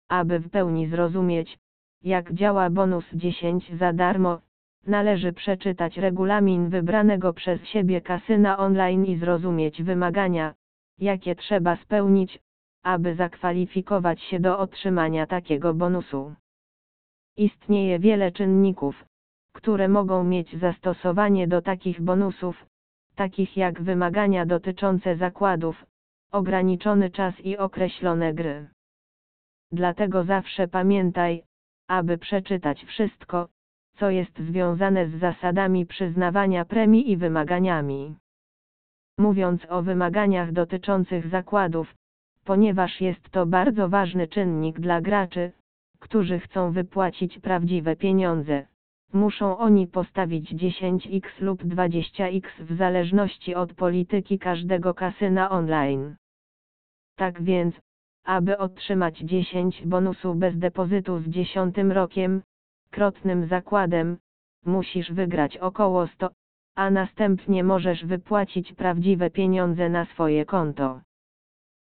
Aby w pełni zrozumieć, jak działa bonus 10 za darmo, należy przeczytać regulamin wybranego przez siebie kasyna online i zrozumieć wymagania, jakie trzeba spełnić, aby zakwalifikować się do otrzymania takiego bonusu. Istnieje wiele czynników, które mogą mieć zastosowanie do takich bonusów, takich jak wymagania dotyczące zakładów, ograniczony czas i określone gry. Dlatego zawsze pamiętaj, aby przeczytać wszystko, co jest związane z zasadami przyznawania premii i wymaganiami. Mówiąc o wymaganiach dotyczących zakładów, ponieważ jest to bardzo ważny czynnik dla graczy, którzy chcą wypłacić prawdziwe pieniądze, muszą oni postawić 10x lub 20x w zależności od polityki każdego kasyna online. Tak więc, aby otrzymać 10 bonusu bez depozytu z 10 rokiem, krotnym zakładem, musisz wygrać około 100, a następnie możesz wypłacić prawdziwe pieniądze na swoje konto.